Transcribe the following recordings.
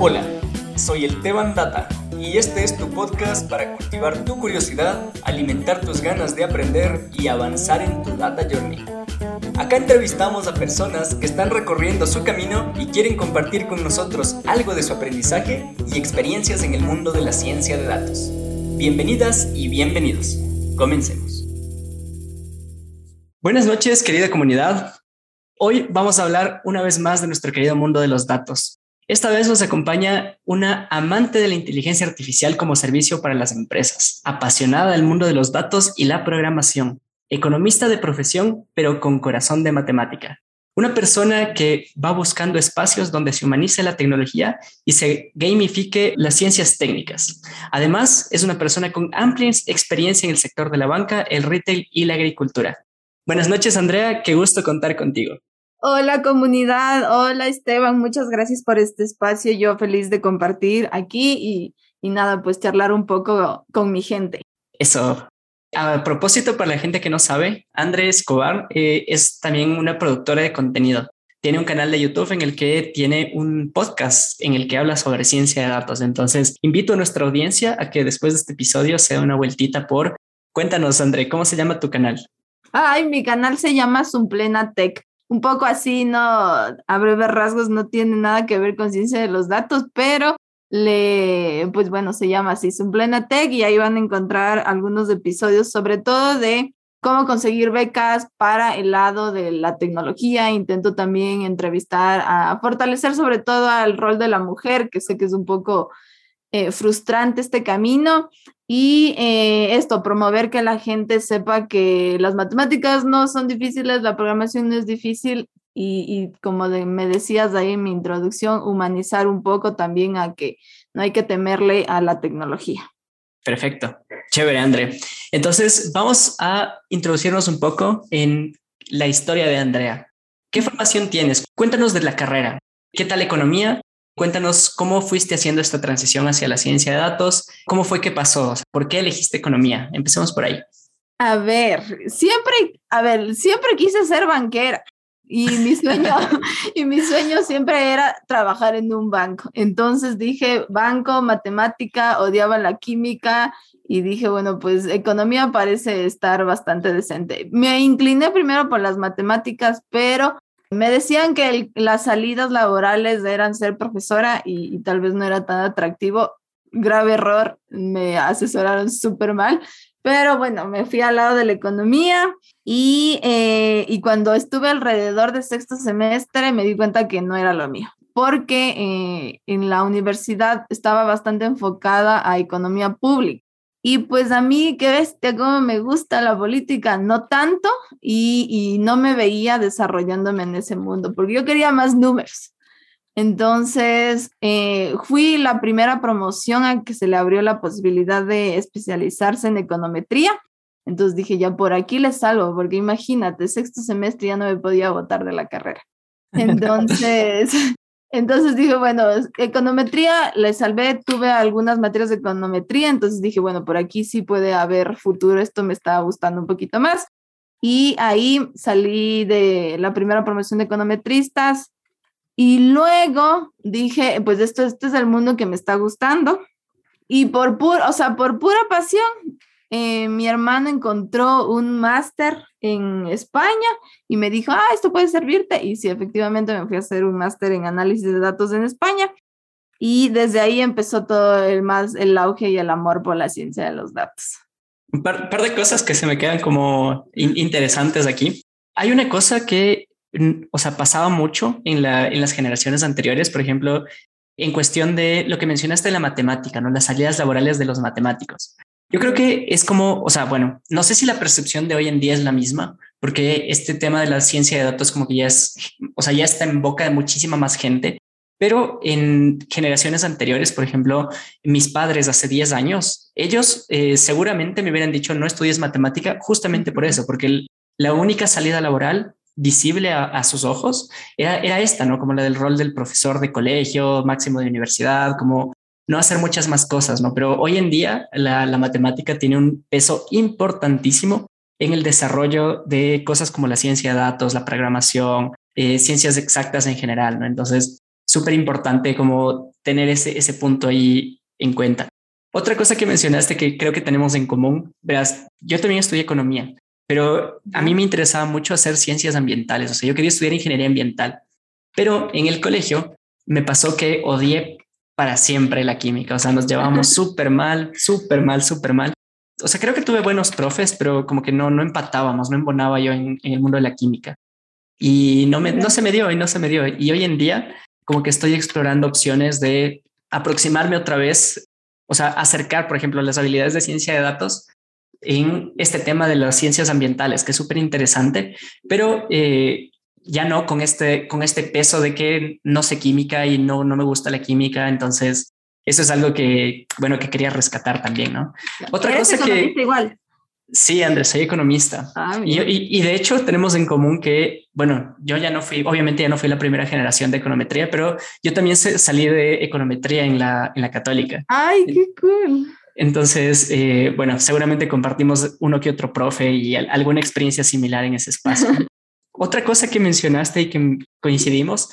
Hola, soy el Teban Data y este es tu podcast para cultivar tu curiosidad, alimentar tus ganas de aprender y avanzar en tu Data Journey. Acá entrevistamos a personas que están recorriendo su camino y quieren compartir con nosotros algo de su aprendizaje y experiencias en el mundo de la ciencia de datos. Bienvenidas y bienvenidos. Comencemos. Buenas noches, querida comunidad. Hoy vamos a hablar una vez más de nuestro querido mundo de los datos. Esta vez nos acompaña una amante de la inteligencia artificial como servicio para las empresas, apasionada del mundo de los datos y la programación, economista de profesión, pero con corazón de matemática. Una persona que va buscando espacios donde se humanice la tecnología y se gamifique las ciencias técnicas. Además, es una persona con amplia experiencia en el sector de la banca, el retail y la agricultura. Buenas noches, Andrea. Qué gusto contar contigo. Hola comunidad, hola Esteban, muchas gracias por este espacio, yo feliz de compartir aquí y nada, pues charlar un poco con mi gente. Eso. A propósito, para la gente que no sabe, Andrea Escobar es también una productora de contenido. Tiene un canal de YouTube en el que tiene un podcast en el que habla sobre ciencia de datos. Entonces, invito a nuestra audiencia a que después de este episodio se dé una vueltita por... Cuéntanos, Andrea, ¿cómo se llama tu canal? Ay, mi canal se llama Sumplena Tech. Un poco así, no, a breves rasgos no tiene nada que ver con ciencia de los datos, pero pues bueno, se llama así, Sumplena Tech, y ahí van a encontrar algunos episodios, sobre todo de cómo conseguir becas para el lado de la tecnología. Intento también entrevistar a fortalecer sobre todo al rol de la mujer, que sé que es un poco frustrante este camino. Y promover que la gente sepa que las matemáticas no son difíciles, la programación no es difícil y como me decías ahí en mi introducción, humanizar un poco también a que no hay que temerle a la tecnología. Perfecto. Chévere, André. Entonces, vamos a introducirnos un poco en la historia de Andrea. ¿Qué formación tienes? Cuéntanos de la carrera. ¿Qué tal economía? Cuéntanos cómo fuiste haciendo esta transición hacia la ciencia de datos. ¿Cómo fue que pasó? O sea, ¿por qué elegiste economía? Empecemos por ahí. Siempre quise ser banquera y mi sueño siempre era trabajar en un banco. Entonces dije banco, matemática, odiaba la química y dije, bueno, pues economía parece estar bastante decente. Me incliné primero por las matemáticas, pero me decían que las salidas laborales eran ser profesora y tal vez no era tan atractivo. Grave error, me asesoraron súper mal, pero bueno, me fui al lado de la economía y cuando estuve alrededor de sexto semestre me di cuenta que no era lo mío, porque en la universidad estaba bastante enfocada a economía pública. Y pues a mí, qué bestia, cómo me gusta la política, no tanto, y no me veía desarrollándome en ese mundo, porque yo quería más números. Entonces, fui la primera promoción a que se le abrió la posibilidad de especializarse en econometría. Entonces dije, ya por aquí le salgo, porque imagínate, sexto semestre ya no me podía botar de la carrera. Entonces... Entonces dije, bueno, econometría le salvé, tuve algunas materias de econometría, entonces dije, bueno, por aquí sí puede haber futuro, esto me está gustando un poquito más. Y ahí salí de la primera promoción de econometristas y luego dije, pues este es el mundo que me está gustando. Y por pura pasión, mi hermano encontró un máster en España y me dijo, esto puede servirte. Y sí, efectivamente me fui a hacer un máster en análisis de datos en España. Y desde ahí empezó todo el auge y el amor por la ciencia de los datos. Un par de cosas que se me quedan como interesantes aquí. Hay una cosa que, pasaba mucho en las generaciones anteriores, por ejemplo, en cuestión de lo que mencionaste de la matemática, ¿no? Las salidas laborales de los matemáticos. Yo creo que es como, no sé si la percepción de hoy en día es la misma, porque este tema de la ciencia de datos como que ya ya está en boca de muchísima más gente, pero en generaciones anteriores, por ejemplo, mis padres hace 10 años, ellos seguramente me hubieran dicho no estudies matemática justamente por eso, porque la única salida laboral visible a sus ojos era esta, ¿no? Como la del rol del profesor de colegio, máximo de universidad, como no hacer muchas más cosas, ¿no? Pero hoy en día la matemática tiene un peso importantísimo en el desarrollo de cosas como la ciencia de datos, la programación, ciencias exactas en general, ¿no? Entonces, súper importante como tener ese punto ahí en cuenta. Otra cosa que mencionaste que creo que tenemos en común, verás, yo también estudié economía, pero a mí me interesaba mucho hacer ciencias ambientales, o sea, yo quería estudiar ingeniería ambiental, pero en el colegio me pasó que odié para siempre la química, o sea, nos llevábamos súper mal, súper mal, súper mal. O sea, creo que tuve buenos profes, pero como que no empatábamos, no embonaba yo en el mundo de la química. Y no se me dio y no se me dio. Y hoy en día como que estoy explorando opciones de aproximarme otra vez, o sea, acercar, por ejemplo, las habilidades de ciencia de datos en este tema de las ciencias ambientales, que es súper interesante, pero ya no con este peso de que no sé química y no me gusta la química. Entonces, eso es algo que, bueno, que quería rescatar también, ¿no? Otra ¿Eres cosa que... igual? Sí, Andrés, soy economista. Y de hecho tenemos en común que, bueno, yo ya no fui, obviamente ya no fui la primera generación de econometría, pero yo también salí de econometría en la Católica. ¡Ay, qué cool! Entonces, bueno, seguramente compartimos uno que otro profe y alguna experiencia similar en ese espacio. Otra cosa que mencionaste y que coincidimos,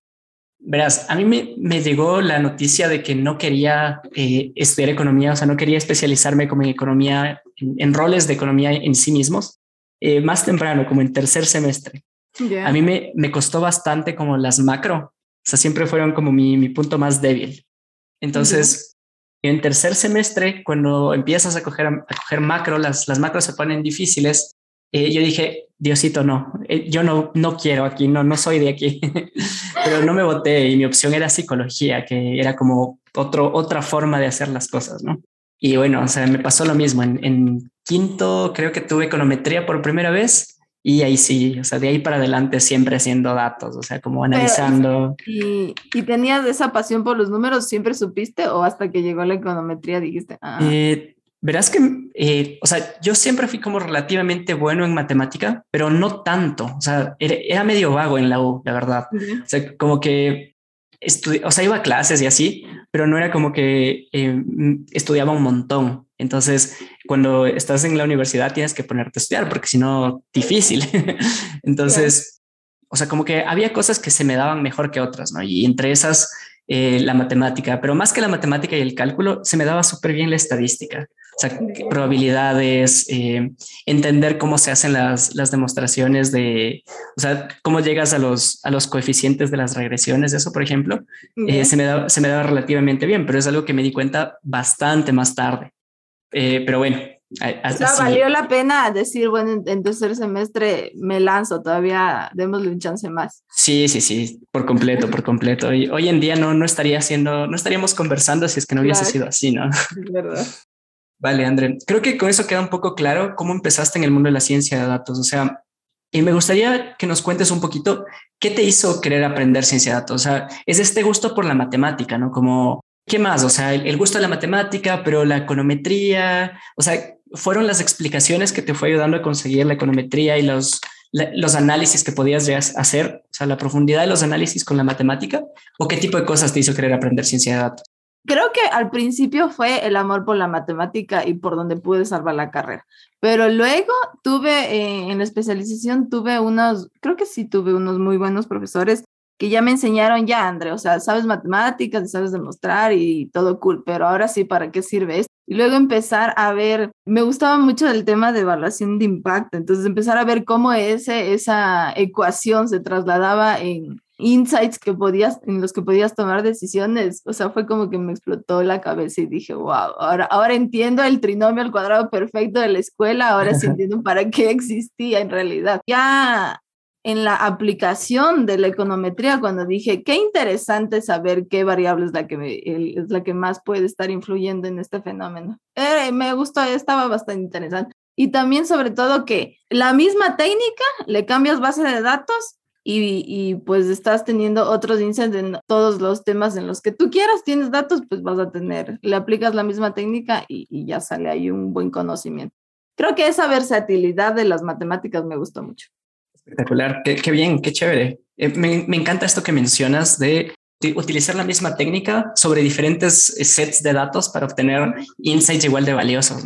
verás, a mí me llegó la noticia de que no quería estudiar economía, o sea, no quería especializarme como en economía, en roles de economía en sí mismos, más temprano, como en tercer semestre. Yeah. A mí me costó bastante como las macro, o sea, siempre fueron como mi punto más débil. Entonces, en tercer semestre, cuando empiezas a coger macro, las macros se ponen difíciles. Yo dije, Diosito, no, yo no quiero aquí, no soy de aquí, pero no me boté y mi opción era psicología, que era como otra forma de hacer las cosas, ¿no? Y bueno, o sea, me pasó lo mismo. En quinto creo que tuve econometría por primera vez y ahí sí, o sea, de ahí para adelante siempre haciendo datos, o sea, como analizando. ¿Y tenías esa pasión por los números? ¿Siempre supiste o hasta que llegó la econometría dijiste? Verás que, o sea, yo siempre fui como relativamente bueno en matemática, pero no tanto. O sea, era medio vago en la U, la verdad. O sea, como que o sea, iba a clases y así, pero no era como que estudiaba un montón. Entonces, cuando estás en la universidad tienes que ponerte a estudiar porque si no, difícil. Entonces, o sea, como que había cosas que se me daban mejor que otras, ¿no? Y entre esas, la matemática, pero más que la matemática y el cálculo, se me daba súper bien la estadística. O sea, probabilidades, entender cómo se hacen las demostraciones de, o sea, cómo llegas a los coeficientes de las regresiones, eso, por ejemplo, se me daba relativamente bien, pero es algo que me di cuenta bastante más tarde. Pero bueno. O sea, valió la pena decir, bueno, en tercer semestre me lanzo, todavía démosle un chance más. Sí, por completo, por completo. Y hoy en día no estaríamos conversando si es que no hubiese sido así, ¿no? Es verdad. Vale, André. Creo que con eso queda un poco claro cómo empezaste en el mundo de la ciencia de datos. O sea, y me gustaría que nos cuentes un poquito qué te hizo querer aprender ciencia de datos. O sea, es este gusto por la matemática, ¿no? Como, ¿qué más? O sea, el gusto de la matemática, pero la econometría, o sea, ¿fueron las explicaciones que te fue ayudando a conseguir la econometría y los análisis que podías hacer? O sea, la profundidad de los análisis con la matemática, ¿o qué tipo de cosas te hizo querer aprender ciencia de datos? Creo que al principio fue el amor por la matemática y por donde pude salvar la carrera, pero luego tuve, en la especialización creo que sí tuve unos muy buenos profesores que ya me enseñaron ya, André, o sea, sabes matemáticas, sabes demostrar y todo cool, pero ahora sí, ¿para qué sirve esto? Y luego empezar a ver, me gustaba mucho el tema de evaluación de impacto, entonces empezar a ver cómo esa ecuación se trasladaba en insights en los que podías tomar decisiones. O sea, fue como que me explotó la cabeza y dije, wow, ahora entiendo el trinomio al cuadrado perfecto de la escuela, ahora sí entiendo para qué existía en realidad. Ya en la aplicación de la econometría, cuando dije, qué interesante saber qué variable es la que más puede estar influyendo en este fenómeno. Me gustó, estaba bastante interesante. Y también sobre todo que la misma técnica, le cambias base de datos y pues estás teniendo otros insights en todos los temas en los que tú quieras, tienes datos, pues le aplicas la misma técnica y ya sale ahí un buen conocimiento. Creo que esa versatilidad de las matemáticas me gustó mucho. Espectacular, qué bien, qué chévere. Me encanta esto que mencionas de utilizar la misma técnica sobre diferentes sets de datos para obtener insights igual de valiosos, ¿no?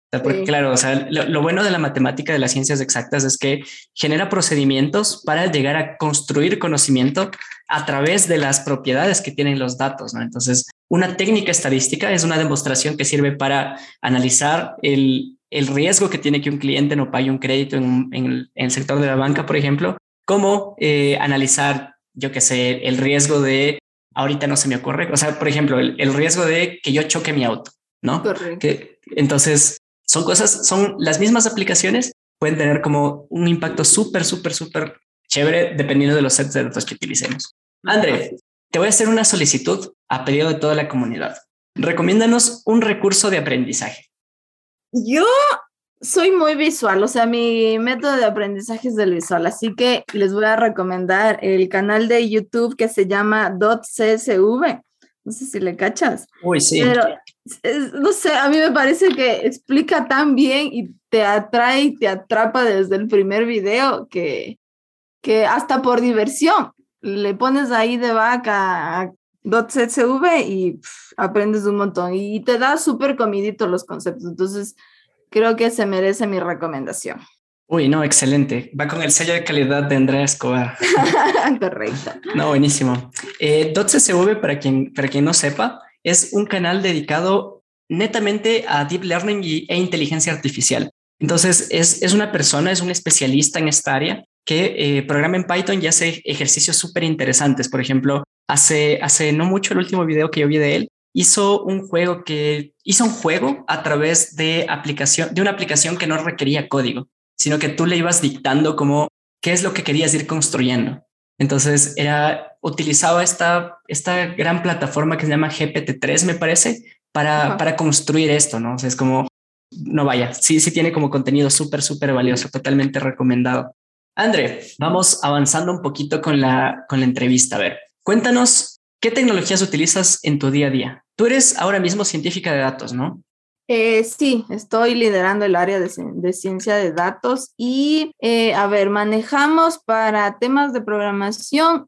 sea, porque, Sí. claro, o sea, lo bueno de la matemática de las ciencias exactas es que genera procedimientos para llegar a construir conocimiento a través de las propiedades que tienen los datos, ¿no? Entonces, una técnica estadística es una demostración que sirve para analizar el riesgo que tiene que un cliente no pague un crédito en el sector de la banca, por ejemplo, como analizar, yo qué sé, el riesgo de, ahorita no se me ocurre, o sea, por ejemplo, el riesgo de que yo choque mi auto, ¿no? Correcto. Que entonces son cosas, son las mismas aplicaciones, pueden tener como un impacto súper, súper, súper chévere dependiendo de los sets de datos que utilicemos. André, te voy a hacer una solicitud a pedido de toda la comunidad. Recomiéndanos un recurso de aprendizaje. Yo soy muy visual, o sea, mi método de aprendizaje es del visual, así que les voy a recomendar el canal de YouTube que se llama .csv. No sé si le cachas, Uy, sí. pero no sé, a mí me parece que explica tan bien y te atrae y te atrapa desde el primer video que hasta por diversión le pones ahí de vaca a .csv y aprendes un montón y te da súper comidito los conceptos. Entonces, creo que se merece mi recomendación. Uy, no, excelente. Va con el sello de calidad de Andrea Escobar. Correcto. No, buenísimo. .csv, para quien no sepa, es un canal dedicado netamente a Deep Learning e inteligencia artificial. Entonces, es una persona, es un especialista en esta área que programa en Python y hace ejercicios súper interesantes. Por ejemplo, hace no mucho, el último video que yo vi de él, hizo un juego a través de una aplicación que no requería código, sino que tú le ibas dictando como qué es lo que querías ir construyendo. Entonces utilizaba esta gran plataforma que se llama GPT-3, me parece, para construir esto, ¿no? O sea, es como, no vaya, sí tiene como contenido súper, súper valioso, totalmente recomendado. André, vamos avanzando un poquito con la entrevista. A ver, cuéntanos qué tecnologías utilizas en tu día a día. Tú eres ahora mismo científica de datos, ¿no? Sí, estoy liderando el área de ciencia de datos y, a ver, manejamos para temas de programación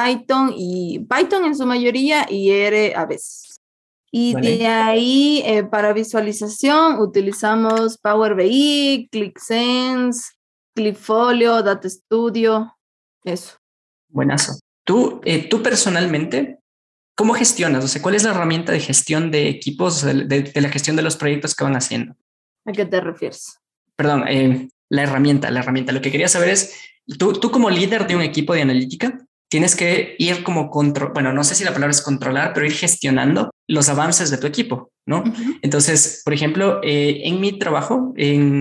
Python en su mayoría y R a veces. Y Vale. de ahí, para visualización, utilizamos Power BI, ClickSense, ClickFolio, Data Studio, eso. Buenazo. Tú personalmente, ¿cómo gestionas? O sea, ¿cuál es la herramienta de gestión de equipos, de la gestión de los proyectos que van haciendo? ¿A qué te refieres? Perdón, la herramienta. Lo que quería saber es, tú como líder de un equipo de analítica, tienes que ir como bueno, no sé si la palabra es controlar, pero ir gestionando los avances de tu equipo, ¿no? Uh-huh. Entonces, por ejemplo, en mi trabajo,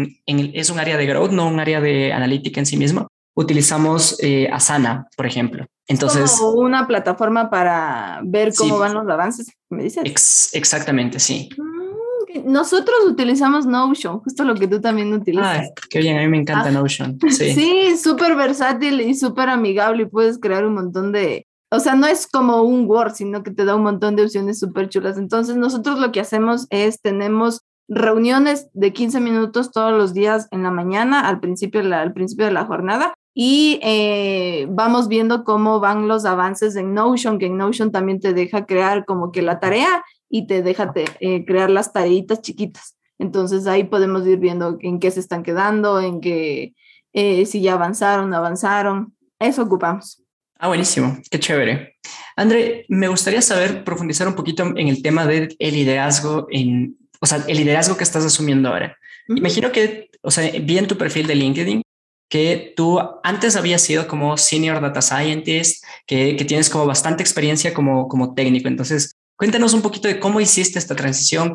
es un área de growth, no un área de analítica en sí mismo. Utilizamos Asana, por ejemplo. Entonces, como una plataforma para ver cómo sí, van los avances, ¿me dices? exactamente, sí. Nosotros utilizamos Notion, justo lo que tú también Ah, utilizas. qué bien, a mí me encanta Ah, Notion, sí. sí, súper versátil y súper amigable y puedes crear un montón o sea, no es como un Word, sino que te da un montón de opciones súper chulas. Entonces, nosotros lo que hacemos es, tenemos reuniones de 15 minutos todos los días en la mañana, al principio de la jornada, y vamos viendo cómo van los avances en Notion, que en Notion también te deja crear como que la tarea y te deja crear las tareitas chiquitas. Entonces ahí podemos ir viendo en qué se están quedando, en qué, si ya avanzaron, no avanzaron. Eso ocupamos. Ah, buenísimo, qué chévere. André, me gustaría saber, profundizar un poquito en el tema del liderazgo o sea, el liderazgo que estás asumiendo ahora. Uh-huh. Imagino que, o sea, vi en tu perfil de LinkedIn que tú antes habías sido como Senior Data Scientist, que tienes como bastante experiencia como técnico. Entonces, cuéntanos un poquito de cómo hiciste esta transición,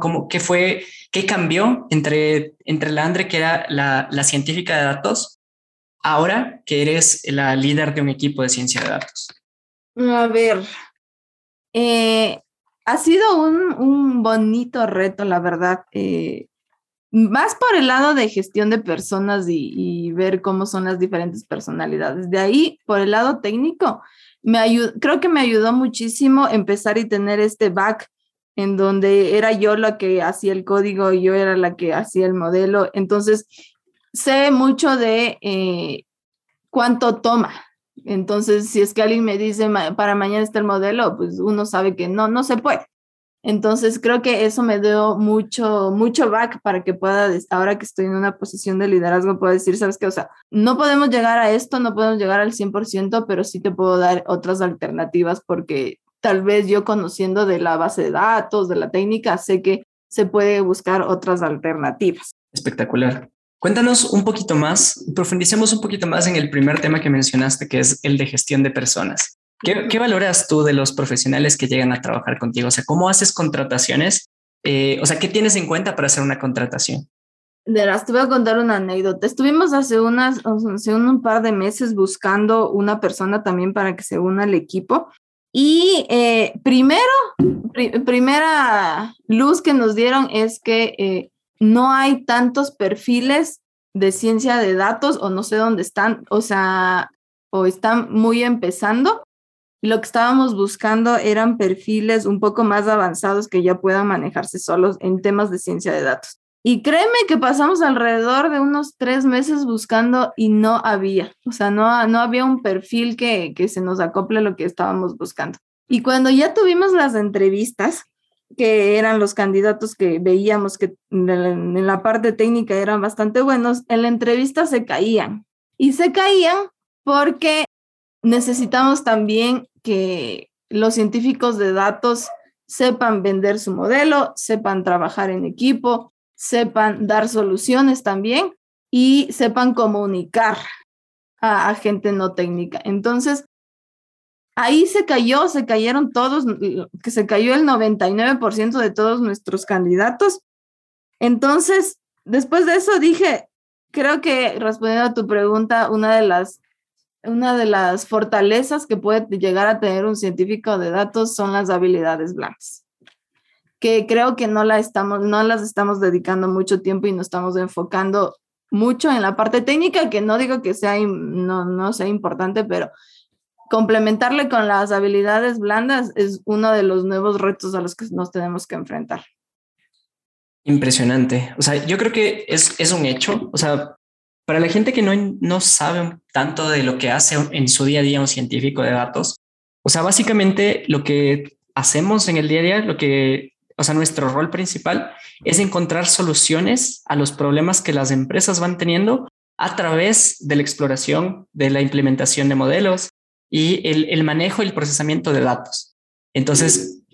qué cambió entre la André que era la científica de datos ahora que eres la líder de un equipo de ciencia de datos. A ver, eh, ha sido un bonito reto, la verdad. Más por el lado de gestión de personas y ver cómo son las diferentes personalidades. De ahí, por el lado técnico, creo que me ayudó muchísimo empezar y tener este back en donde era yo la que hacía el código y yo era la que hacía el modelo. Entonces, sé mucho de cuánto toma. Entonces, si es que alguien me dice para mañana está el modelo, pues uno sabe que no se puede. Entonces creo que eso me dio mucho back para que pueda, ahora que estoy en una posición de liderazgo, puedo decir, ¿sabes qué? O sea, no podemos llegar a esto, no podemos llegar al 100%, pero sí te puedo dar otras alternativas porque tal vez yo conociendo de la base de datos, de la técnica, sé que se puede buscar otras alternativas. Espectacular. Cuéntanos un poquito más, profundicemos un poquito más en el primer tema que mencionaste, que es el de gestión de personas. ¿Qué valoras tú de los profesionales que llegan a trabajar contigo? O sea, ¿cómo haces contrataciones? O sea, ¿qué tienes en cuenta para hacer una contratación? Te voy a contar una anécdota. Estuvimos hace un par de meses buscando una persona también para que se una al equipo. Y primera luz que nos dieron es que no hay tantos perfiles de ciencia de datos o no sé dónde están, o sea, o están muy empezando. Lo que estábamos buscando eran perfiles un poco más avanzados que ya puedan manejarse solos en temas de ciencia de datos. Y créeme que pasamos alrededor de unos 3 meses buscando y no había, o sea, no había un perfil que se nos acople a lo que estábamos buscando. Y cuando ya tuvimos las entrevistas, que eran los candidatos que veíamos que en la parte técnica eran bastante buenos, en la entrevista se caían. Y se caían porque necesitamos también que los científicos de datos sepan vender su modelo, sepan trabajar en equipo, sepan dar soluciones también y sepan comunicar a gente no técnica. Entonces, ahí se cayeron todos, que se cayó el 99% de todos nuestros candidatos. Entonces, después de eso dije, creo que respondiendo a tu pregunta, una de las fortalezas que puede llegar a tener un científico de datos son las habilidades blandas, que creo que no las estamos dedicando mucho tiempo y no estamos enfocando mucho en la parte técnica, que no digo que no sea importante, pero complementarle con las habilidades blandas es uno de los nuevos retos a los que nos tenemos que enfrentar. Impresionante. O sea, yo creo que es un hecho. O sea, para la gente que no sabe tanto de lo que hace en su día a día un científico de datos, o sea, básicamente lo que hacemos en el día a día, o sea, nuestro rol principal es encontrar soluciones a los problemas que las empresas van teniendo a través de la exploración, de la implementación de modelos y el manejo y el procesamiento de datos. Entonces,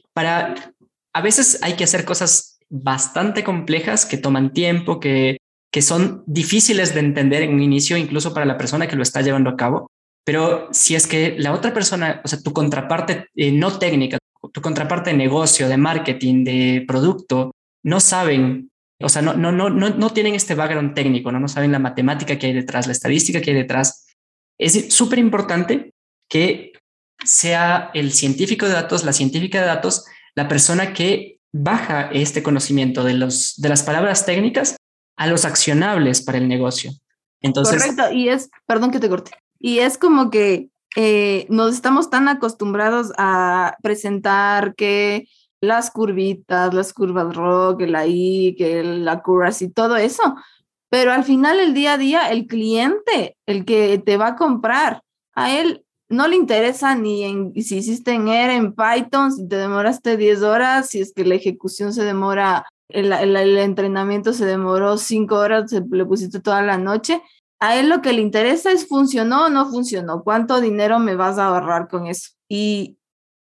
a veces hay que hacer cosas bastante complejas que toman tiempo, que son difíciles de entender en un inicio, incluso para la persona que lo está llevando a cabo. Pero si es que la otra persona, o sea, tu contraparte no técnica, tu contraparte de negocio, de marketing, de producto, no saben, o sea, no tienen este background técnico, no saben la matemática que hay detrás, la estadística que hay detrás. Es súper importante que sea el científico de datos, la científica de datos, la persona que baja este conocimiento de las palabras técnicas a los accionables para el negocio. Entonces, correcto, perdón que te corte, y es como que nos estamos tan acostumbrados a presentar que las curvitas, las curvas RAW, que la I, que la accuracy, todo eso, pero al final el día a día, el cliente, el que te va a comprar, a él no le interesa si hiciste en R, en Python, si te demoraste 10 horas, si es que la ejecución se demora, el entrenamiento se demoró 5 horas, le pusiste toda la noche. A él lo que le interesa es funcionó o no funcionó, cuánto dinero me vas a ahorrar con eso. Y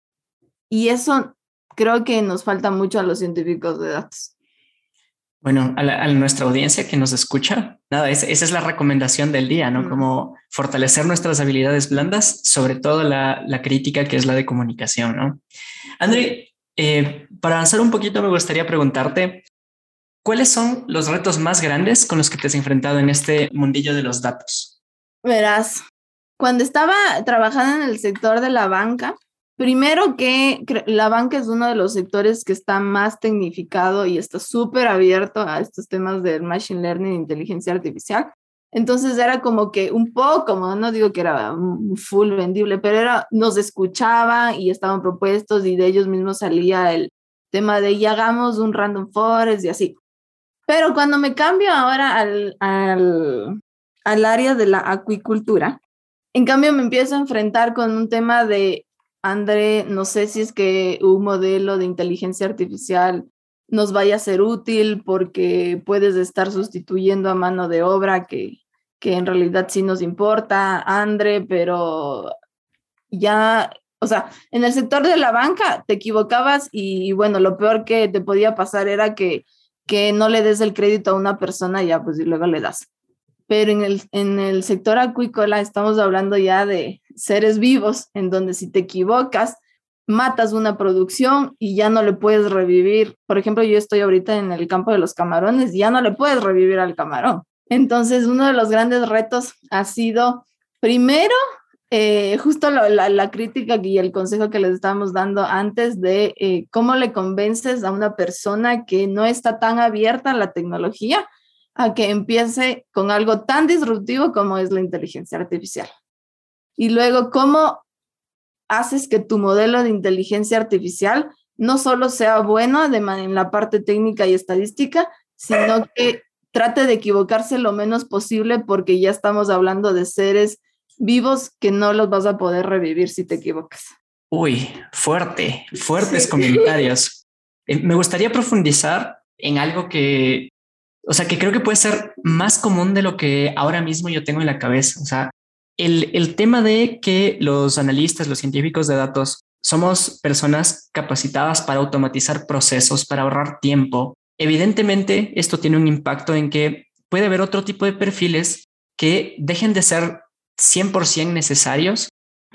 eso creo que nos falta mucho a los científicos de datos. Bueno, a nuestra audiencia que nos escucha, nada, esa es la recomendación del día, ¿no? Como fortalecer nuestras habilidades blandas, sobre todo la crítica, que es la de comunicación, ¿no? André, para avanzar un poquito, me gustaría preguntarte, ¿cuáles son los retos más grandes con los que te has enfrentado en este mundillo de los datos? Verás, cuando estaba trabajando en el sector de la banca, primero que la banca es uno de los sectores que está más tecnificado y está súper abierto a estos temas del machine learning e inteligencia artificial. Entonces era como que un poco, como no digo que era full vendible, pero nos escuchaban y estaban propuestos y de ellos mismos salía el tema de ya hagamos un random forest y así. Pero cuando me cambio ahora al área de la acuicultura, en cambio me empiezo a enfrentar con un tema de André, no sé si es que un modelo de inteligencia artificial nos vaya a ser útil porque puedes estar sustituyendo a mano de obra que en realidad sí nos importa, André, pero ya, o sea, en el sector de la banca te equivocabas y bueno, lo peor que te podía pasar era que no le des el crédito a una persona, ya pues y luego le das. Pero en el sector acuícola estamos hablando ya de seres vivos, en donde si te equivocas, matas una producción y ya no le puedes revivir. Por ejemplo, yo estoy ahorita en el campo de los camarones y ya no le puedes revivir al camarón. Entonces, uno de los grandes retos ha sido, primero, justo la crítica y el consejo que les estábamos dando antes de cómo le convences a una persona que no está tan abierta a la tecnología a que empiece con algo tan disruptivo como es la inteligencia artificial. Y luego, ¿cómo haces que tu modelo de inteligencia artificial no solo sea bueno en la parte técnica y estadística, sino que trate de equivocarse lo menos posible porque ya estamos hablando de seres vivos que no los vas a poder revivir si te equivocas? Uy, fuertes sí. Comentarios. Me gustaría profundizar en algo que, o sea, que creo que puede ser más común de lo que ahora mismo yo tengo en la cabeza. O sea, el tema de que los analistas, los científicos de datos, somos personas capacitadas para automatizar procesos, para ahorrar tiempo. Evidentemente, esto tiene un impacto en que puede haber otro tipo de perfiles que dejen de ser 100% necesarios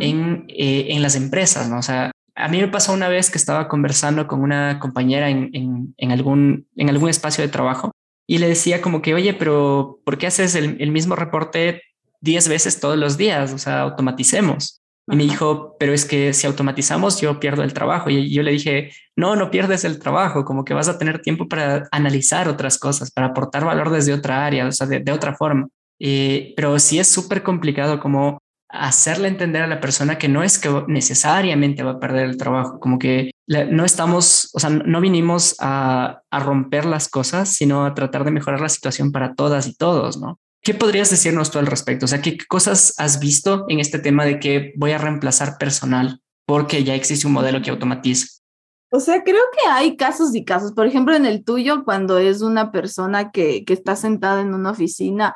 en las empresas, ¿no? O sea, a mí me pasó una vez que estaba conversando con una compañera en algún espacio de trabajo y le decía como que, oye, pero ¿por qué haces el mismo reporte 10 veces todos los días? O sea, automaticemos. Y me dijo, pero es que si automatizamos yo pierdo el trabajo. Y yo le dije, no pierdes el trabajo, como que vas a tener tiempo para analizar otras cosas, para aportar valor desde otra área, o sea, de otra forma. Pero sí es súper complicado como hacerle entender a la persona que no es que necesariamente va a perder el trabajo, como que no estamos, o sea, no vinimos a romper las cosas, sino a tratar de mejorar la situación para todas y todos, ¿no? ¿Qué podrías decirnos tú al respecto? O sea, ¿qué cosas has visto en este tema de que voy a reemplazar personal porque ya existe un modelo que automatiza? O sea, creo que hay casos y casos. Por ejemplo, en el tuyo, cuando es una persona que está sentada en una oficina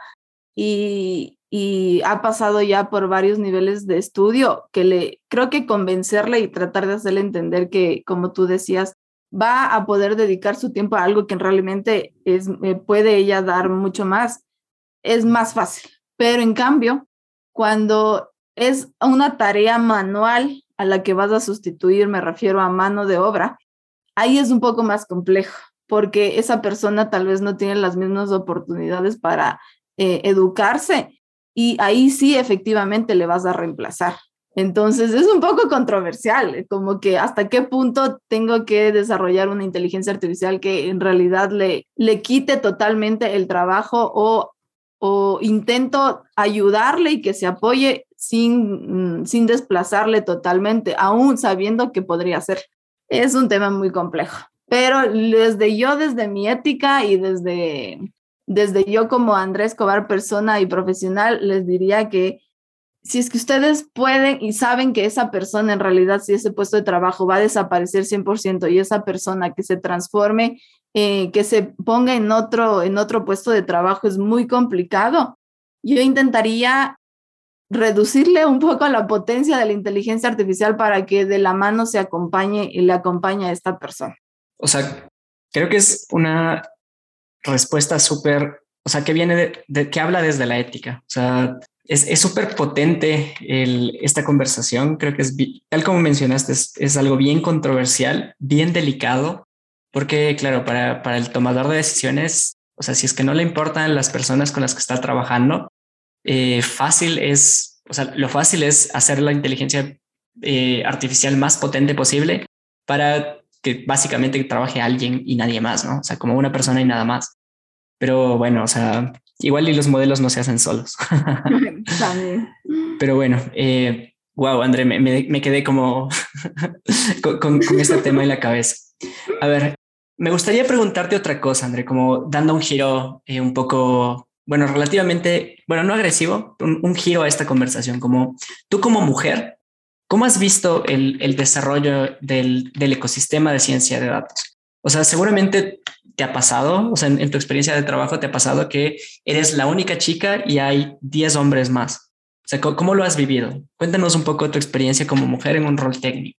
y ha pasado ya por varios niveles de estudio, creo que convencerle y tratar de hacerle entender que, como tú decías, va a poder dedicar su tiempo a algo que realmente puede ella dar mucho más, es más fácil. Pero en cambio, cuando es una tarea manual a la que vas a sustituir, me refiero a mano de obra, ahí es un poco más complejo, porque esa persona tal vez no tiene las mismas oportunidades para educarse y ahí sí efectivamente le vas a reemplazar. Entonces es un poco controversial, como que hasta qué punto tengo que desarrollar una inteligencia artificial que en realidad le quite totalmente el trabajo o intento ayudarle y que se apoye sin desplazarle totalmente, aún sabiendo que podría ser. Es un tema muy complejo, pero desde mi ética y desde yo como Andrés Escobar, persona y profesional, les diría que si es que ustedes pueden y saben que esa persona en realidad, si ese puesto de trabajo va a desaparecer 100% y esa persona que se transforme, que se ponga en otro puesto de trabajo es muy complicado, yo intentaría reducirle un poco la potencia de la inteligencia artificial para que de la mano se acompañe y le acompañe a esta persona. O sea, creo que es una respuesta súper, o sea, que viene que habla desde la ética. O sea, es súper potente esta conversación. Creo que tal como mencionaste, es algo bien controversial, bien delicado, porque claro, para el tomador de decisiones, o sea, si es que no le importan las personas con las que está trabajando, lo fácil es hacer la inteligencia artificial más potente posible para que básicamente trabaje alguien y nadie más, ¿no? O sea, como una persona y nada más. Pero bueno, o sea, igual y los modelos no se hacen solos. También. Pero bueno, wow, André, me quedé como con este tema en la cabeza. A ver, me gustaría preguntarte otra cosa, André, como dando un giro un poco, bueno, relativamente, bueno, no agresivo, un giro a esta conversación, como tú como mujer, ¿cómo has visto el desarrollo del ecosistema de ciencia de datos? O sea, seguramente te ha pasado, o sea, en tu experiencia de trabajo te ha pasado que eres la única chica y hay 10 hombres más. O sea, ¿cómo lo has vivido? Cuéntanos un poco tu experiencia como mujer en un rol técnico.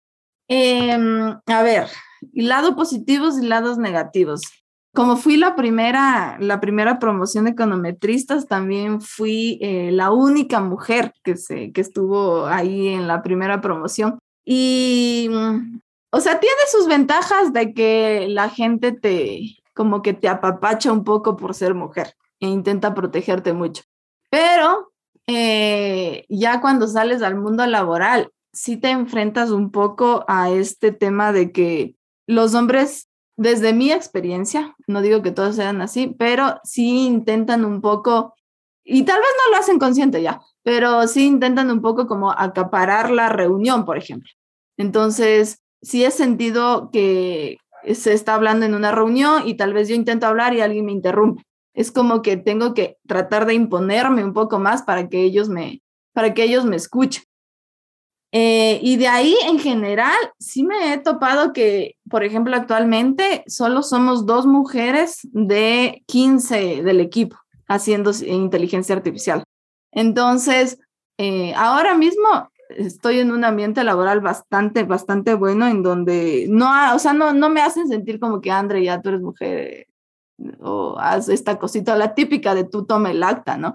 A ver, lados positivos y lados negativos. Como fui la primera promoción de econometristas, también fui la única mujer que estuvo ahí en la primera promoción. Y, o sea, tiene sus ventajas de que la gente como que te apapacha un poco por ser mujer e intenta protegerte mucho. Pero ya cuando sales al mundo laboral, sí te enfrentas un poco a este tema de que los hombres, desde mi experiencia, no digo que todos sean así, pero sí intentan un poco, y tal vez no lo hacen consciente ya, pero sí intentan un poco como acaparar la reunión, por ejemplo. Entonces, sí he sentido que se está hablando en una reunión y tal vez yo intento hablar y alguien me interrumpe. Es como que tengo que tratar de imponerme un poco más para que ellos me escuchen. Y de ahí, en general, sí me he topado que, por ejemplo, actualmente solo somos 2 mujeres de 15 del equipo haciendo inteligencia artificial. Entonces, ahora mismo estoy en un ambiente laboral bastante bueno en donde no me hacen sentir como que, Andre, ya tú eres mujer o haz esta cosita, la típica de tú toma el acta, ¿no?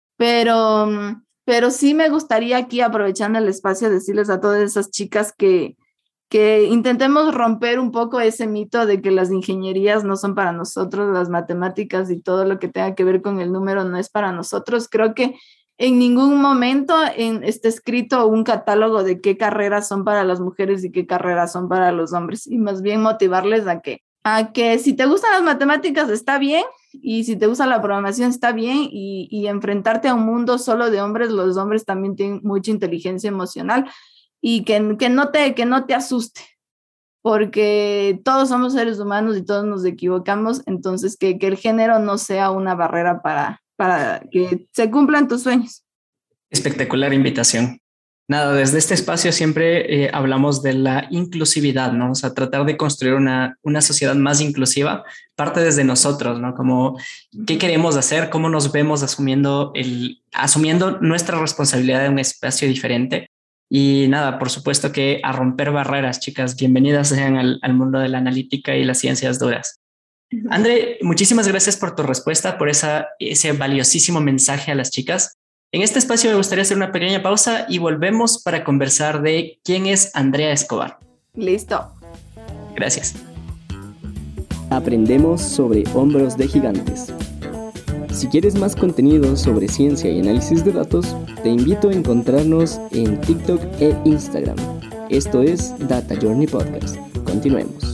Pero sí me gustaría aquí, aprovechando el espacio, decirles a todas esas chicas que intentemos romper un poco ese mito de que las ingenierías no son para nosotros, las matemáticas y todo lo que tenga que ver con el número no es para nosotros. Creo que en ningún momento está escrito un catálogo de qué carreras son para las mujeres y qué carreras son para los hombres, y más bien motivarles a que si te gustan las matemáticas está bien, y si te gusta la programación está bien, y enfrentarte a un mundo solo de hombres. Los hombres también tienen mucha inteligencia emocional, y que no te asuste, porque todos somos seres humanos y todos nos equivocamos. Entonces que el género no sea una barrera para que se cumplan tus sueños. Espectacular invitación. Nada, desde este espacio siempre hablamos de la inclusividad, ¿no? O sea, tratar de construir una sociedad más inclusiva parte desde nosotros, ¿no? Como qué queremos hacer, cómo nos vemos asumiendo nuestra responsabilidad en un espacio diferente. Y nada, por supuesto que a romper barreras, chicas, bienvenidas sean al mundo de la analítica y las ciencias duras. André, muchísimas gracias por tu respuesta, por ese valiosísimo mensaje a las chicas. En este espacio me gustaría hacer una pequeña pausa y volvemos para conversar de quién es Andrea Escobar. Listo. Gracias. Aprendemos sobre hombros de gigantes. Si quieres más contenido sobre ciencia y análisis de datos, te invito a encontrarnos en TikTok e Instagram. Esto es Data Journey Podcast. Continuemos.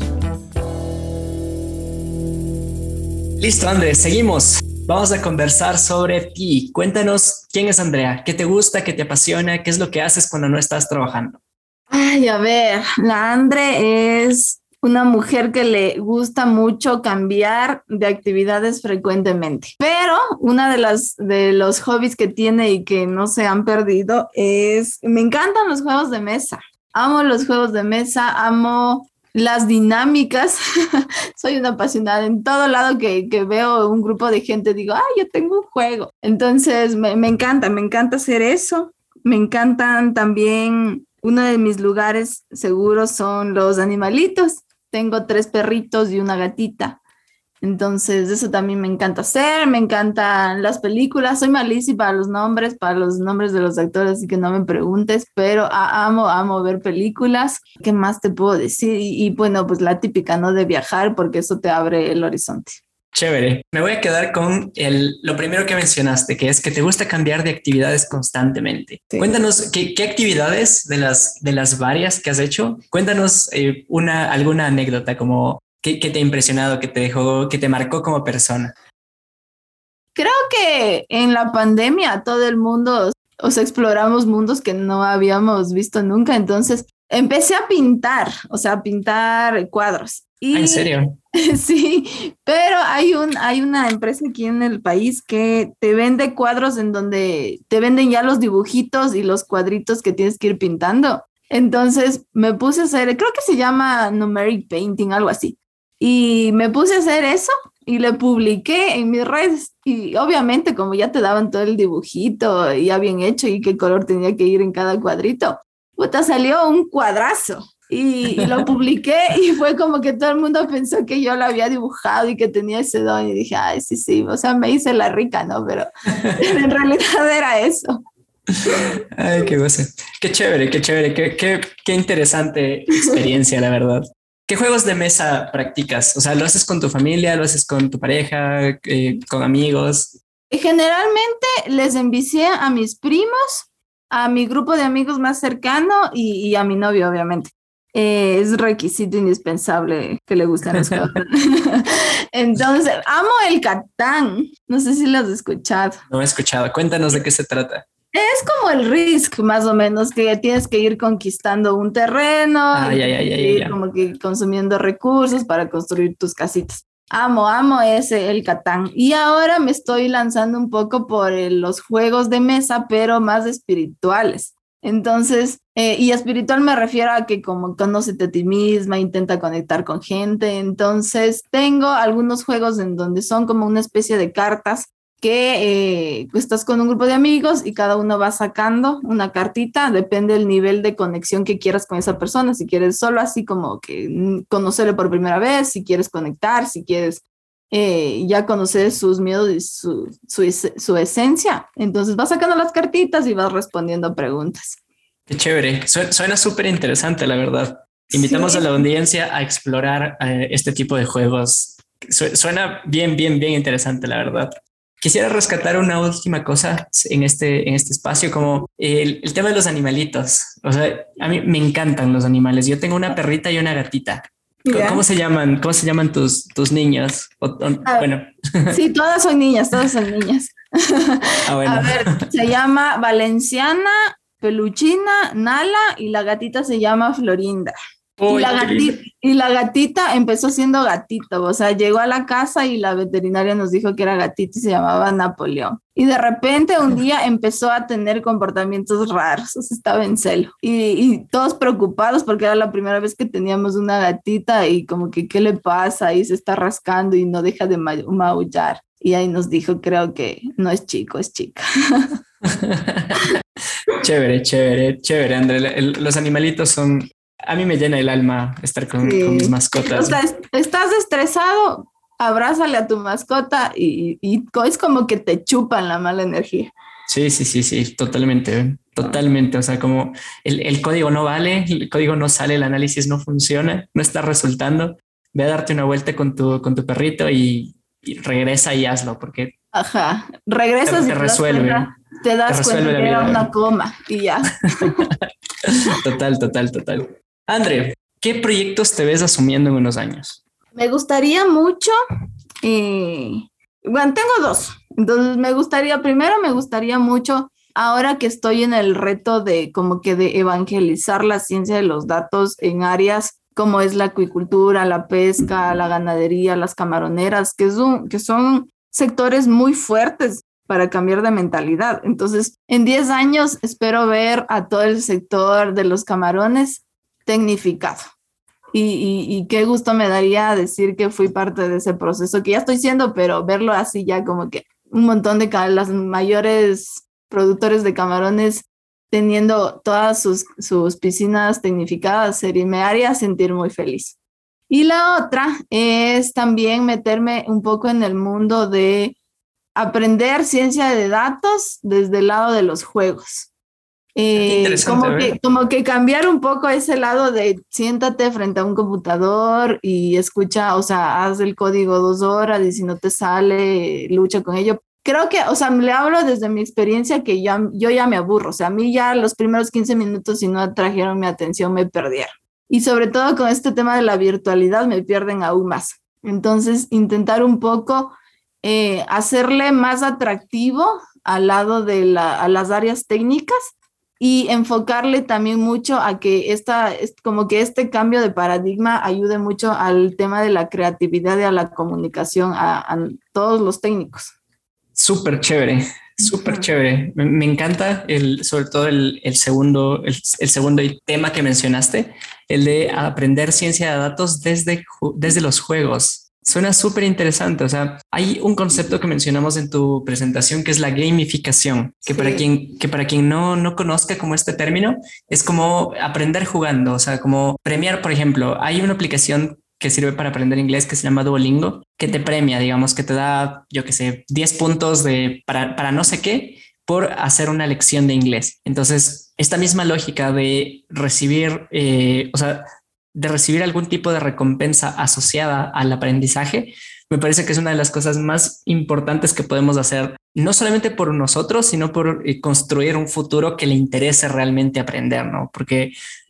Listo, Andrés, seguimos. Vamos a conversar sobre ti. Cuéntanos quién es Andrea, qué te gusta, qué te apasiona, qué es lo que haces cuando no estás trabajando. Ay, a ver, la Andre es una mujer que le gusta mucho cambiar de actividades frecuentemente, pero una de los hobbies que tiene y que no se han perdido me encantan los juegos de mesa. Amo los juegos de mesa, amo las dinámicas. Soy una apasionada. En todo lado que veo un grupo de gente digo, yo tengo un juego. Entonces me encanta hacer eso. Me encantan también, uno de mis lugares seguros son los animalitos. Tengo 3 perritos y una gatita. Entonces eso también me encanta hacer. Me encantan las películas. Soy malísima para los nombres de los actores, así que no me preguntes, pero amo ver películas. ¿Qué más te puedo decir? Y bueno, pues la típica, ¿no? De viajar, porque eso te abre el horizonte. Chévere. Me voy a quedar con lo primero que mencionaste, que es que te gusta cambiar de actividades constantemente. Sí. Cuéntanos qué actividades de las varias que has hecho. Cuéntanos alguna anécdota como ¿qué te ha impresionado, que te dejó, que te marcó como persona? Creo que en la pandemia todo el mundo, exploramos mundos que no habíamos visto nunca. Entonces empecé a pintar, a pintar cuadros. Y, ¿En serio? sí, pero hay una empresa aquí en el país que te vende cuadros en donde te venden ya los dibujitos y los cuadritos que tienes que ir pintando. Entonces me puse a hacer, creo que se llama numeric painting, algo así. Y me puse a hacer eso y le publiqué en mis redes. Y obviamente como ya te daban todo el dibujito ya bien hecho y qué color tenía que ir en cada cuadrito, puta, salió un cuadrazo. Y lo publiqué y fue como que todo el mundo pensó que yo lo había dibujado y que tenía ese don y dije, ay, sí, sí, o sea, me hice la rica, ¿no? Pero en realidad era eso. Ay, qué goce. Qué chévere, qué chévere, qué interesante experiencia, la verdad. ¿Qué juegos de mesa practicas? O sea, ¿lo haces con tu familia, lo haces con tu pareja, con amigos? Generalmente les envicié a mis primos, a mi grupo de amigos más cercano y a mi novio, obviamente. Es requisito indispensable que le gusten los juegos. Entonces, amo el Catán. No sé si lo has escuchado. No he escuchado. Cuéntanos de qué se trata. Es como el Risk, más o menos, que tienes que ir conquistando un terreno, ir como que consumiendo recursos para construir tus casitas. Amo ese, el Catán. Y ahora me estoy lanzando un poco por los juegos de mesa, pero más espirituales. Entonces, y espiritual me refiero a que como conócete a ti misma, intenta conectar con gente. Entonces, tengo algunos juegos en donde son como una especie de cartas que estás con un grupo de amigos y cada uno va sacando una cartita, depende del nivel de conexión que quieras con esa persona, si quieres solo así como que conocerle por primera vez, si quieres conectar, si quieres ya conocer sus miedos y su esencia. Entonces vas sacando las cartitas y vas respondiendo preguntas. Qué chévere, suena súper interesante, la verdad. Invitamos Sí. a la audiencia a explorar este tipo de juegos. Suena bien interesante, la verdad. Quisiera rescatar una última cosa en este espacio, como el tema de los animalitos. O sea, a mí me encantan los animales. Yo tengo una perrita y una gatita. Yeah. ¿Cómo se llaman? ¿Cómo se llaman tus niños? Bueno. Sí, todas son niñas. Bueno. A ver, se llama Valenciana, Peluchina, Nala y la gatita se llama Florinda. Y la gatita empezó siendo gatito, o sea, llegó a la casa y la veterinaria nos dijo que era gatito y se llamaba Napoleón. Y de repente un día empezó a tener comportamientos raros, o sea, estaba en celo. Y todos preocupados porque era la primera vez que teníamos una gatita y como que, ¿qué le pasa? Y se está rascando y no deja de maullar. Y ahí nos dijo, creo que no es chico, es chica. Chévere, André. Los animalitos son... A mí me llena el alma estar con mis mascotas. O sea, estás estresado, abrázale a tu mascota y es como que te chupan la mala energía. Sí, totalmente. O sea, como el código no vale, el código no sale, el análisis no funciona, no está resultando. Ve a darte una vuelta con tu perrito y regresa y hazlo, porque... Ajá, regresas te resuelve. Te das cuenta que era una coma y ya. Total. André, ¿qué proyectos te ves asumiendo en unos años? Me gustaría mucho, bueno, tengo dos. Entonces me gustaría mucho, ahora que estoy en el reto de como que de evangelizar la ciencia de los datos en áreas como es la acuicultura, la pesca, la ganadería, las camaroneras, que son sectores muy fuertes para cambiar de mentalidad. Entonces, en 10 años espero ver a todo el sector de los camarones tecnificado. Y qué gusto me daría decir que fui parte de ese proceso que ya estoy siendo, pero verlo así ya como que un montón de las mayores productores de camarones teniendo todas sus piscinas tecnificadas, me haría sentir muy feliz. Y la otra es también meterme un poco en el mundo de aprender ciencia de datos desde el lado de los juegos. Como que cambiar un poco ese lado de siéntate frente a un computador y escucha, o sea, haz el código 2 horas y si no te sale, lucha con ello. Creo que, o sea, le hablo desde mi experiencia que yo ya me aburro, o sea, a mí ya los primeros 15 minutos si no atrajeron mi atención me perdieron. Y sobre todo con este tema de la virtualidad me pierden aún más. Entonces, intentar un poco hacerle más atractivo al lado de a las áreas técnicas y enfocarle también mucho a que como que este cambio de paradigma ayude mucho al tema de la creatividad y a la comunicación a todos los técnicos. Súper chévere, súper chévere. Me encanta sobre todo el segundo tema que mencionaste, el de aprender ciencia de datos desde los juegos. Suena súper interesante. O sea, hay un concepto que mencionamos en tu presentación que es la gamificación, que para quien no conozca como este término, es como aprender jugando. O sea, como premiar, por ejemplo, hay una aplicación que sirve para aprender inglés que se llama Duolingo, que te premia, digamos, que te da, yo qué sé, 10 puntos para no sé qué por hacer una lección de inglés. Entonces, esta misma lógica de recibir, de recibir algún tipo de recompensa asociada al aprendizaje, me parece que es una de las cosas más importantes que podemos hacer, no solamente por nosotros, sino por construir un futuro que le interese realmente aprender, ¿no? Porque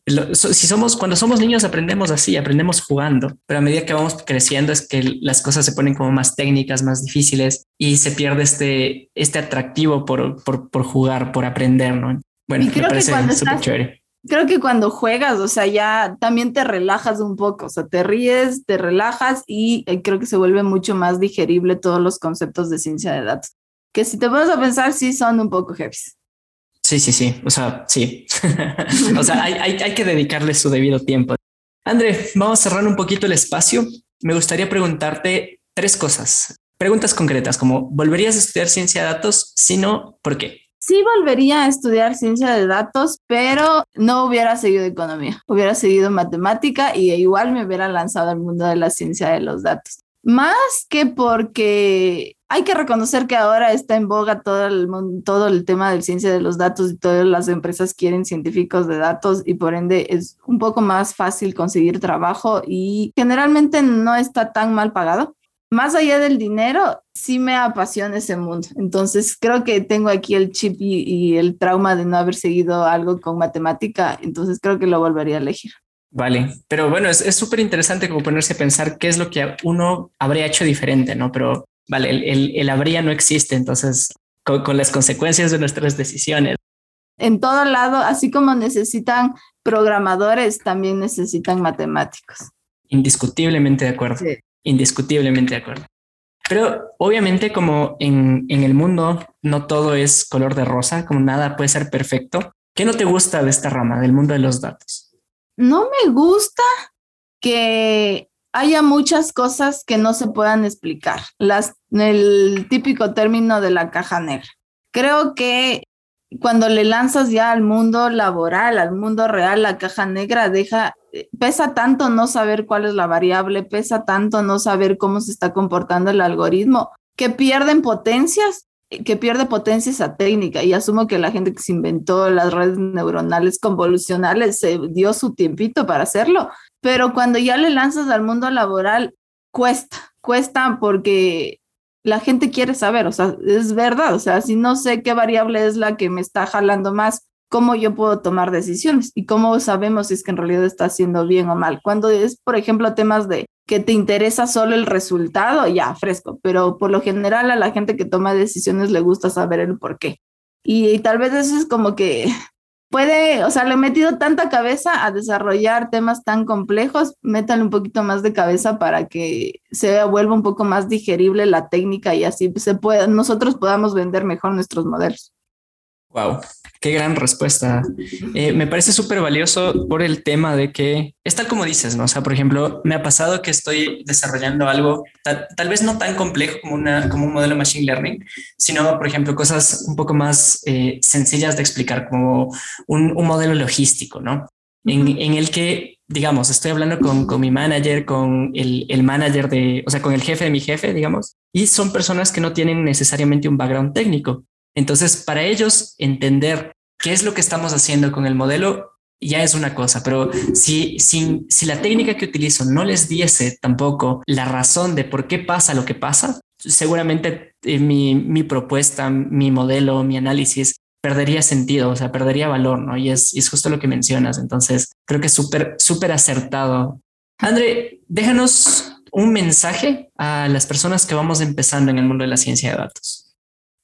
cuando somos niños aprendemos así, aprendemos jugando, pero a medida que vamos creciendo es que las cosas se ponen como más técnicas, más difíciles y se pierde este atractivo por jugar, por aprender, ¿no? Bueno, me parece súper chévere. Creo que cuando juegas, o sea, ya también te relajas un poco, o sea, te ríes, te relajas y creo que se vuelve mucho más digerible todos los conceptos de ciencia de datos, que si te pones a pensar, sí son un poco heavy. Sí. O sea, sí. O sea, hay que dedicarle su debido tiempo. André, vamos a cerrar un poquito el espacio. Me gustaría preguntarte 3 cosas. Preguntas concretas, como ¿volverías a estudiar ciencia de datos? Si no, ¿por qué? Sí volvería a estudiar ciencia de datos, pero no hubiera seguido economía, hubiera seguido matemática y igual me hubiera lanzado al mundo de la ciencia de los datos. Más que porque hay que reconocer que ahora está en boga todo el tema de ciencia de los datos y todas las empresas quieren científicos de datos y por ende es un poco más fácil conseguir trabajo y generalmente no está tan mal pagado. Más allá del dinero, sí me apasiona ese mundo. Entonces creo que tengo aquí el chip y el trauma de no haber seguido algo con matemática. Entonces creo que lo volvería a elegir. Vale, pero bueno, es súper interesante como ponerse a pensar qué es lo que uno habría hecho diferente, ¿no? Pero vale, el habría no existe, entonces con las consecuencias de nuestras decisiones. En todo lado, así como necesitan programadores, también necesitan matemáticos. Indiscutiblemente de acuerdo. Sí. Indiscutiblemente de acuerdo. Pero obviamente como en el mundo no todo es color de rosa, como nada puede ser perfecto. ¿Qué no te gusta de esta rama, del mundo de los datos? No me gusta que haya muchas cosas que no se puedan explicar. El típico término de la caja negra. Creo que cuando le lanzas ya al mundo laboral, al mundo real, la caja negra pesa tanto no saber cuál es la variable, pesa tanto no saber cómo se está comportando el algoritmo, que pierde potencia esa técnica. Y asumo que la gente que se inventó las redes neuronales convolucionales se dio su tiempito para hacerlo, pero cuando ya le lanzas al mundo laboral, cuesta porque la gente quiere saber, o sea, es verdad, o sea, si no sé qué variable es la que me está jalando más, ¿cómo yo puedo tomar decisiones? ¿Y cómo sabemos si es que en realidad está haciendo bien o mal? Cuando es, por ejemplo, temas de que te interesa solo el resultado, ya, fresco, pero por lo general a la gente que toma decisiones le gusta saber el por qué. Y tal vez eso es como que le he metido tanta cabeza a desarrollar temas tan complejos, métale un poquito más de cabeza para que se vuelva un poco más digerible la técnica y así nosotros podamos vender mejor nuestros modelos. Wow, qué gran respuesta. Me parece súper valioso por el tema de que es tal como dices, ¿no? O sea, por ejemplo, me ha pasado que estoy desarrollando algo tal vez no tan complejo como un modelo Machine Learning, sino, por ejemplo, cosas un poco más sencillas de explicar, como un modelo logístico, ¿no? En el que, digamos, estoy hablando con mi manager, con el manager con el jefe de mi jefe, digamos, y son personas que no tienen necesariamente un background técnico. Entonces, para ellos entender qué es lo que estamos haciendo con el modelo ya es una cosa, pero si la técnica que utilizo no les diese tampoco la razón de por qué pasa lo que pasa, seguramente mi propuesta, mi modelo, mi análisis perdería sentido, o sea, perdería valor, ¿no? Y es justo lo que mencionas. Entonces, creo que es súper acertado. André, déjanos un mensaje a las personas que vamos empezando en el mundo de la ciencia de datos.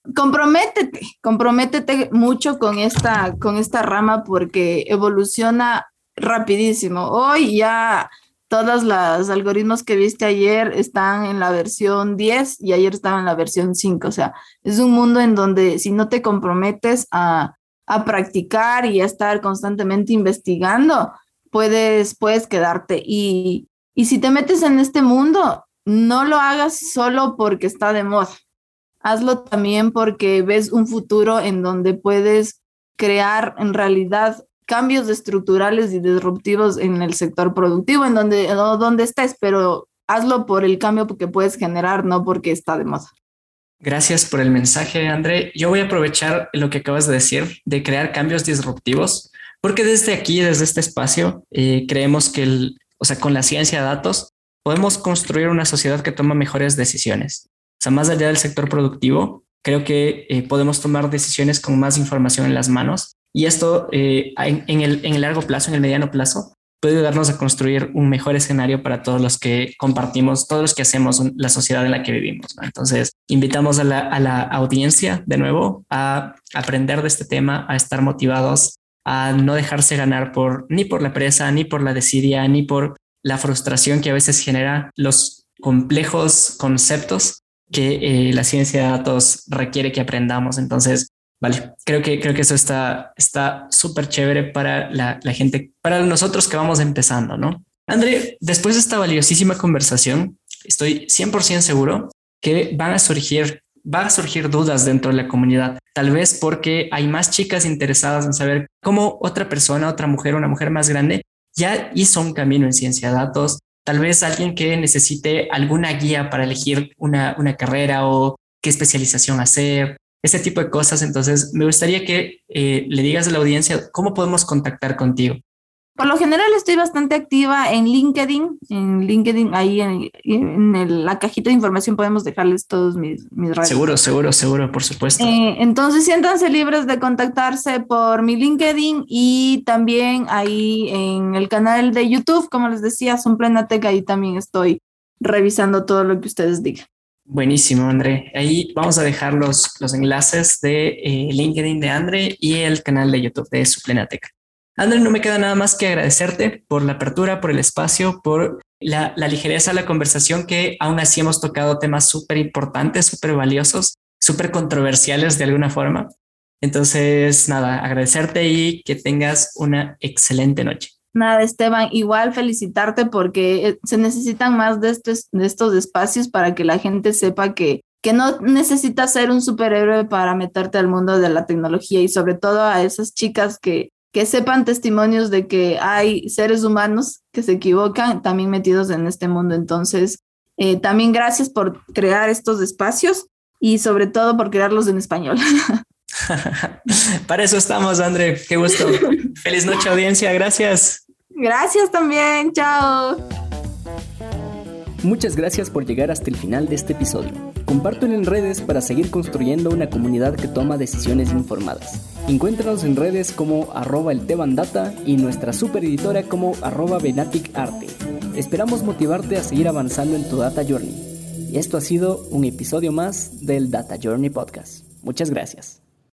comprométete mucho con esta rama porque evoluciona rapidísimo. Hoy ya todos los algoritmos que viste ayer están en la versión 10 y ayer estaban en la versión 5. O sea, es un mundo en donde si no te comprometes a practicar y a estar constantemente investigando, puedes quedarte. Y si te metes en este mundo, no lo hagas solo porque está de moda. Hazlo también porque ves un futuro en donde puedes crear en realidad cambios estructurales y disruptivos en el sector productivo, en donde estés, pero hazlo por el cambio que puedes generar, no porque está de moda. Gracias por el mensaje, André. Yo voy a aprovechar lo que acabas de decir, de crear cambios disruptivos, porque desde aquí, desde este espacio, creemos que con la ciencia de datos, podemos construir una sociedad que toma mejores decisiones. O sea, más allá del sector productivo, creo que podemos tomar decisiones con más información en las manos y esto en el largo plazo, en el mediano plazo, puede ayudarnos a construir un mejor escenario para todos los que compartimos, todos los que hacemos la sociedad en la que vivimos, ¿no? Entonces, invitamos a la audiencia de nuevo a aprender de este tema, a estar motivados, a no dejarse ganar ni por la presa, ni por la desidia, ni por la frustración que a veces genera los complejos conceptos que la ciencia de datos requiere que aprendamos. Entonces, vale, creo que eso está súper chévere para la gente, para nosotros que vamos empezando, ¿no? André, después de esta valiosísima conversación, estoy 100% seguro que van a surgir dudas dentro de la comunidad, tal vez porque hay más chicas interesadas en saber cómo otra persona, otra mujer, una mujer más grande, ya hizo un camino en ciencia de datos. Tal vez alguien que necesite alguna guía para elegir una carrera o qué especialización hacer, ese tipo de cosas. Entonces, me gustaría que le digas a la audiencia cómo podemos contactar contigo. Por lo general estoy bastante activa en LinkedIn. En LinkedIn, ahí en la cajita de información podemos dejarles todos mis redes. Seguro, por supuesto. Entonces siéntanse libres de contactarse por mi LinkedIn y también ahí en el canal de YouTube, como les decía, Sumplenatec, ahí también estoy revisando todo lo que ustedes digan. Buenísimo, André. Ahí vamos a dejar los enlaces de LinkedIn de André y el canal de YouTube de Sumplenatec. André, no me queda nada más que agradecerte por la apertura, por el espacio, por la ligereza de la conversación, que aún así hemos tocado temas súper importantes, súper valiosos, súper controversiales de alguna forma. Entonces, nada, agradecerte y que tengas una excelente noche. Nada, Esteban, igual felicitarte porque se necesitan más de estos espacios para que la gente sepa que no necesitas ser un superhéroe para meterte al mundo de la tecnología, y sobre todo a esas chicas que sepan testimonios de que hay seres humanos que se equivocan también metidos en este mundo. Entonces, también gracias por crear estos espacios y sobre todo por crearlos en español. Para eso estamos, André. Qué gusto. Feliz noche, audiencia. Gracias. Gracias también. Chao. Muchas gracias por llegar hasta el final de este episodio. Compártelo en redes para seguir construyendo una comunidad que toma decisiones informadas. Encuéntranos en redes como @eltebandata y nuestra super editora como @venaticarte. Esperamos motivarte a seguir avanzando en tu Data Journey. Y esto ha sido un episodio más del Data Journey Podcast. Muchas gracias.